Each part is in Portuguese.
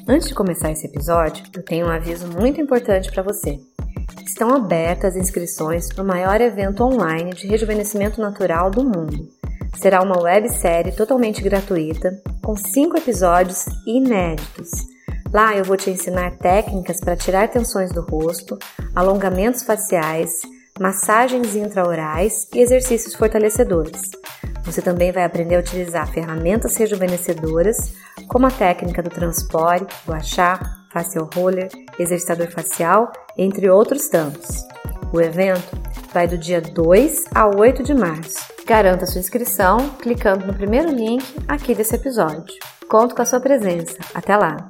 Antes de começar esse episódio, eu tenho um aviso muito importante para você. Estão abertas inscrições para o maior evento online de rejuvenescimento natural do mundo. Será uma websérie totalmente gratuita, com 5 episódios inéditos. Lá eu vou te ensinar técnicas para tirar tensões do rosto, alongamentos faciais, massagens intraorais e exercícios fortalecedores. Você também vai aprender a utilizar ferramentas rejuvenescedoras, como a técnica do transpore, gua sha, facial roller, exercitador facial, entre outros tantos. O evento vai do dia 2 a 8 de março. Garanta sua inscrição clicando no primeiro link aqui desse episódio. Conto com a sua presença. Até lá!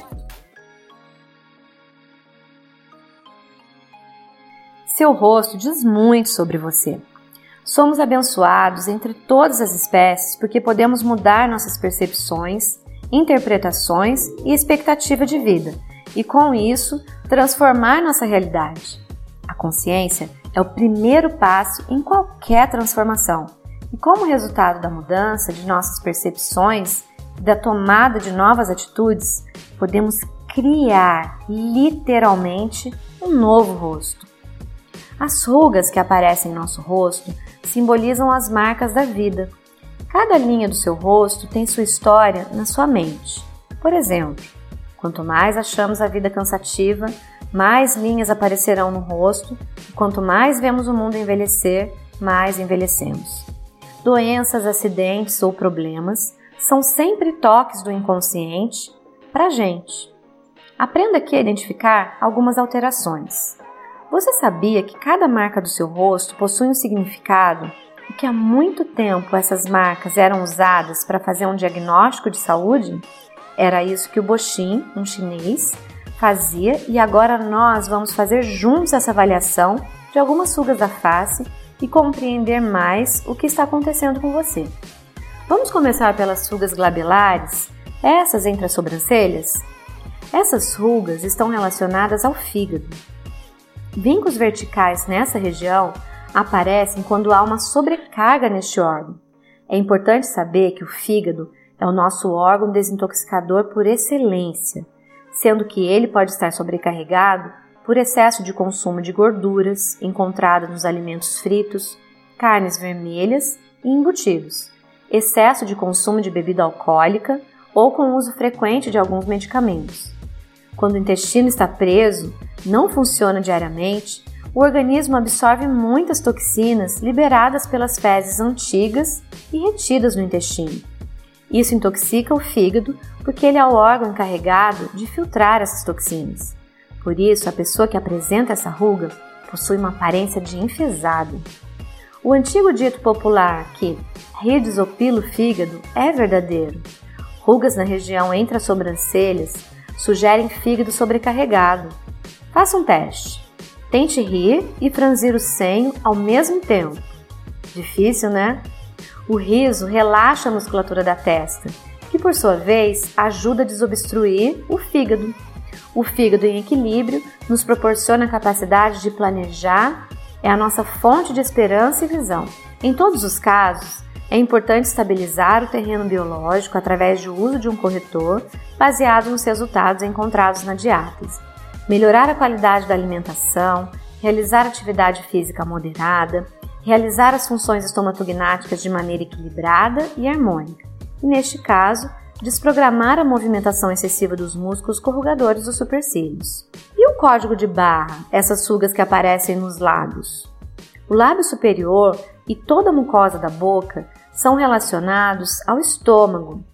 Seu rosto diz muito sobre você. Somos abençoados entre todas as espécies porque podemos mudar nossas percepções, interpretações e expectativa de vida e, com isso, transformar nossa realidade. A consciência é o primeiro passo em qualquer transformação e, como resultado da mudança de nossas percepções e da tomada de novas atitudes, podemos criar, literalmente, um novo rosto. As rugas que aparecem em nosso rosto simbolizam as marcas da vida. Cada linha do seu rosto tem sua história na sua mente. Por exemplo, quanto mais achamos a vida cansativa, mais linhas aparecerão no rosto, e quanto mais vemos o mundo envelhecer, mais envelhecemos. Doenças, acidentes ou problemas são sempre toques do inconsciente para a gente. Aprenda aqui a identificar algumas alterações. Você sabia que cada marca do seu rosto possui um significado e que há muito tempo essas marcas eram usadas para fazer um diagnóstico de saúde? Era isso que o Boxin, um chinês, fazia e agora nós vamos fazer juntos essa avaliação de algumas rugas da face e compreender mais o que está acontecendo com você. Vamos começar pelas rugas glabelares, essas entre as sobrancelhas? Essas rugas estão relacionadas ao fígado. Vincos verticais nessa região aparecem quando há uma sobrecarga neste órgão. É importante saber que o fígado é o nosso órgão desintoxicador por excelência, sendo que ele pode estar sobrecarregado por excesso de consumo de gorduras encontradas nos alimentos fritos, carnes vermelhas e embutidos, excesso de consumo de bebida alcoólica ou com o uso frequente de alguns medicamentos. Quando o intestino está preso, não funciona diariamente, o organismo absorve muitas toxinas liberadas pelas fezes antigas e retidas no intestino. Isso intoxica o fígado porque ele é o órgão encarregado de filtrar essas toxinas. Por isso, a pessoa que apresenta essa ruga possui uma aparência de enfesado. O antigo dito popular que rir desopila o fígado é verdadeiro. Rugas na região entre as sobrancelhas sugerem fígado sobrecarregado. Faça um teste. Tente rir e franzir o senho ao mesmo tempo. Difícil, né? O riso relaxa a musculatura da testa, que por sua vez ajuda a desobstruir o fígado. O fígado em equilíbrio nos proporciona a capacidade de planejar, é a nossa fonte de esperança e visão. Em todos os casos, é importante estabilizar o terreno biológico através do uso de um corretor baseado nos resultados encontrados na diátese. Melhorar a qualidade da alimentação, realizar atividade física moderada, realizar as funções estomatognáticas de maneira equilibrada e harmônica. E, neste caso, desprogramar a movimentação excessiva dos músculos corrugadores dos supercílios. E o código de Barra, essas rugas que aparecem nos lábios? O lábio superior e toda a mucosa da boca são relacionados ao estômago.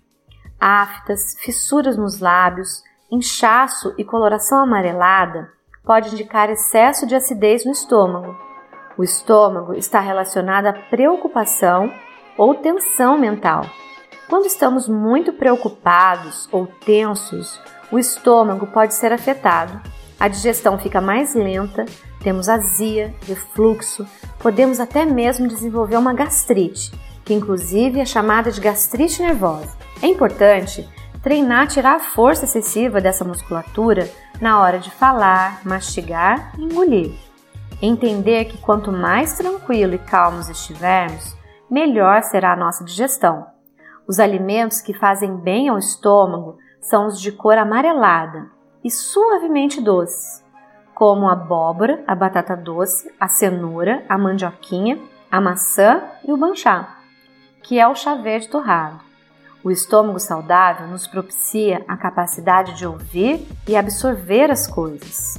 Aftas, fissuras nos lábios, inchaço e coloração amarelada pode indicar excesso de acidez no estômago. O estômago está relacionado à preocupação ou tensão mental. Quando estamos muito preocupados ou tensos, o estômago pode ser afetado. A digestão fica mais lenta, temos azia, refluxo, podemos até mesmo desenvolver uma gastrite, que inclusive é chamada de gastrite nervosa. É importante treinar a tirar a força excessiva dessa musculatura na hora de falar, mastigar e engolir. Entender que quanto mais tranquilo e calmos estivermos, melhor será a nossa digestão. Os alimentos que fazem bem ao estômago são os de cor amarelada e suavemente doces, como a abóbora, a batata doce, a cenoura, a mandioquinha, a maçã e o banchá, que é o chá verde torrado. O estômago saudável nos propicia a capacidade de ouvir e absorver as coisas.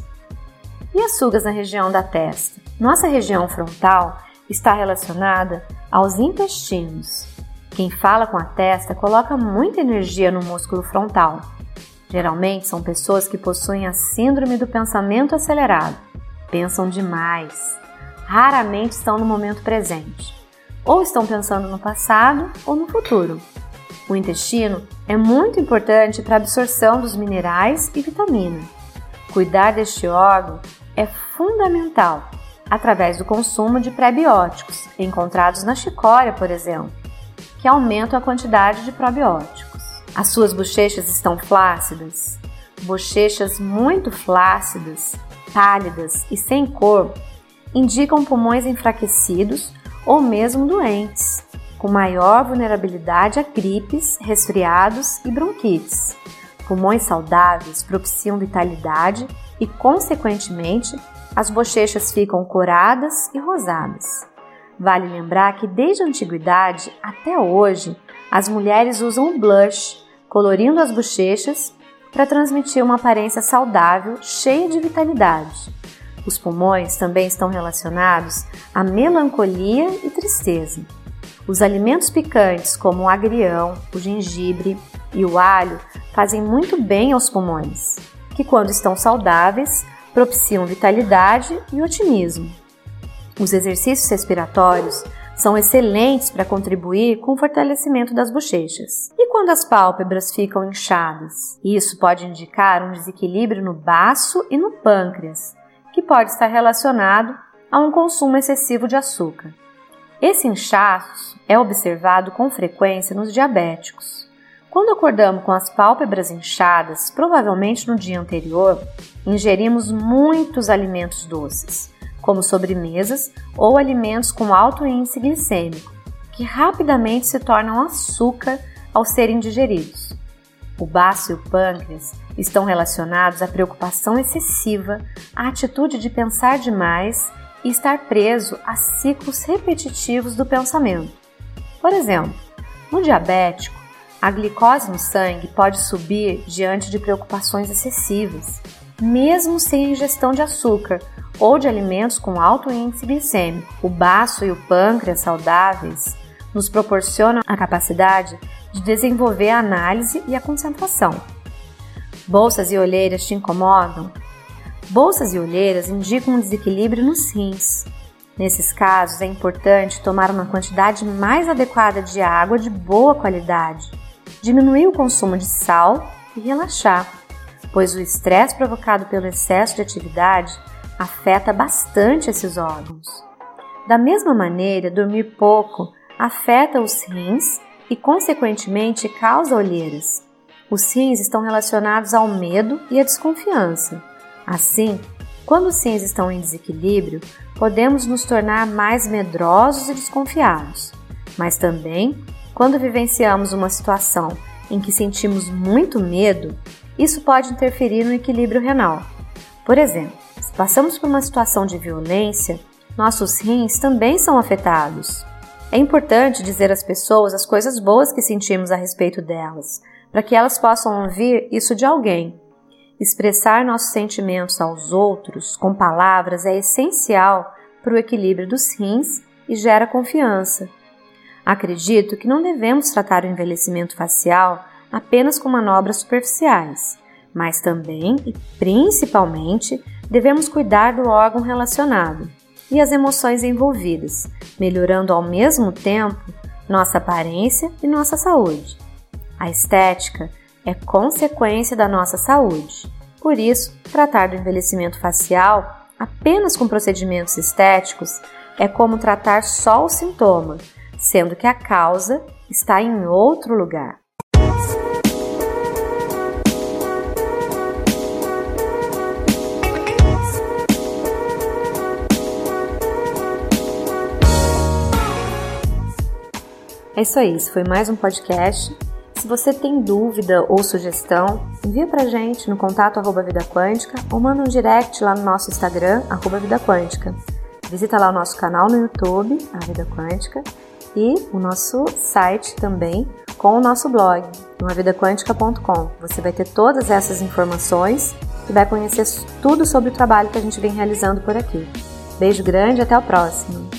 E as rugas na região da testa? Nossa região frontal está relacionada aos intestinos. Quem fala com a testa coloca muita energia no músculo frontal. Geralmente são pessoas que possuem a síndrome do pensamento acelerado. Pensam demais. Raramente estão no momento presente. Ou estão pensando no passado ou no futuro. O intestino é muito importante para a absorção dos minerais e vitaminas. Cuidar deste órgão é fundamental através do consumo de prebióticos, encontrados na chicória, por exemplo, que aumentam a quantidade de probióticos. As suas bochechas estão flácidas? Bochechas muito flácidas, pálidas e sem cor indicam pulmões enfraquecidos ou mesmo doentes, com maior vulnerabilidade a gripes, resfriados e bronquites. Pulmões saudáveis propiciam vitalidade e, consequentemente, as bochechas ficam coradas e rosadas. Vale lembrar que desde a antiguidade até hoje, as mulheres usam o blush, colorindo as bochechas para transmitir uma aparência saudável, cheia de vitalidade. Os pulmões também estão relacionados à melancolia e tristeza. Os alimentos picantes, como o agrião, o gengibre e o alho, fazem muito bem aos pulmões, que, quando estão saudáveis, propiciam vitalidade e otimismo. Os exercícios respiratórios são excelentes para contribuir com o fortalecimento das bochechas. E quando as pálpebras ficam inchadas? Isso pode indicar um desequilíbrio no baço e no pâncreas, que pode estar relacionado a um consumo excessivo de açúcar. Esse inchaço é observado com frequência nos diabéticos. Quando acordamos com as pálpebras inchadas, provavelmente no dia anterior, ingerimos muitos alimentos doces, como sobremesas ou alimentos com alto índice glicêmico, que rapidamente se tornam açúcar ao serem digeridos. O baço e o pâncreas estão relacionados à preocupação excessiva, à atitude de pensar demais e estar preso a ciclos repetitivos do pensamento. Por exemplo, no diabético, a glicose no sangue pode subir diante de preocupações excessivas, mesmo sem a ingestão de açúcar ou de alimentos com alto índice glicêmico. O baço e o pâncreas saudáveis nos proporcionam a capacidade de desenvolver a análise e a concentração. Bolsas e olheiras te incomodam? Bolsas e olheiras indicam um desequilíbrio nos rins. Nesses casos, é importante tomar uma quantidade mais adequada de água de boa qualidade, diminuir o consumo de sal e relaxar, pois o estresse provocado pelo excesso de atividade afeta bastante esses órgãos. Da mesma maneira, dormir pouco afeta os rins e, consequentemente, causa olheiras. Os rins estão relacionados ao medo e à desconfiança. Assim, quando os rins estão em desequilíbrio, podemos nos tornar mais medrosos e desconfiados. Mas também, quando vivenciamos uma situação em que sentimos muito medo, isso pode interferir no equilíbrio renal. Por exemplo, se passamos por uma situação de violência, nossos rins também são afetados. É importante dizer às pessoas as coisas boas que sentimos a respeito delas, para que elas possam ouvir isso de alguém. Expressar nossos sentimentos aos outros com palavras é essencial para o equilíbrio dos rins e gera confiança. Acredito que não devemos tratar o envelhecimento facial apenas com manobras superficiais, mas também e principalmente devemos cuidar do órgão relacionado e as emoções envolvidas, melhorando ao mesmo tempo nossa aparência e nossa saúde. A estética é consequência da nossa saúde. Por isso, tratar do envelhecimento facial apenas com procedimentos estéticos é como tratar só o sintoma, sendo que a causa está em outro lugar. É isso aí, esse foi mais um podcast. Se você tem dúvida ou sugestão, envia pra gente no contato@vidaquântica ou manda um direct lá no nosso Instagram, @vidaquântica. Visita lá o nosso canal no YouTube, a Vida Quântica, e o nosso site também com o nosso blog, no avidaquantica.com. Você vai ter todas essas informações e vai conhecer tudo sobre o trabalho que a gente vem realizando por aqui. Beijo grande e até o próximo!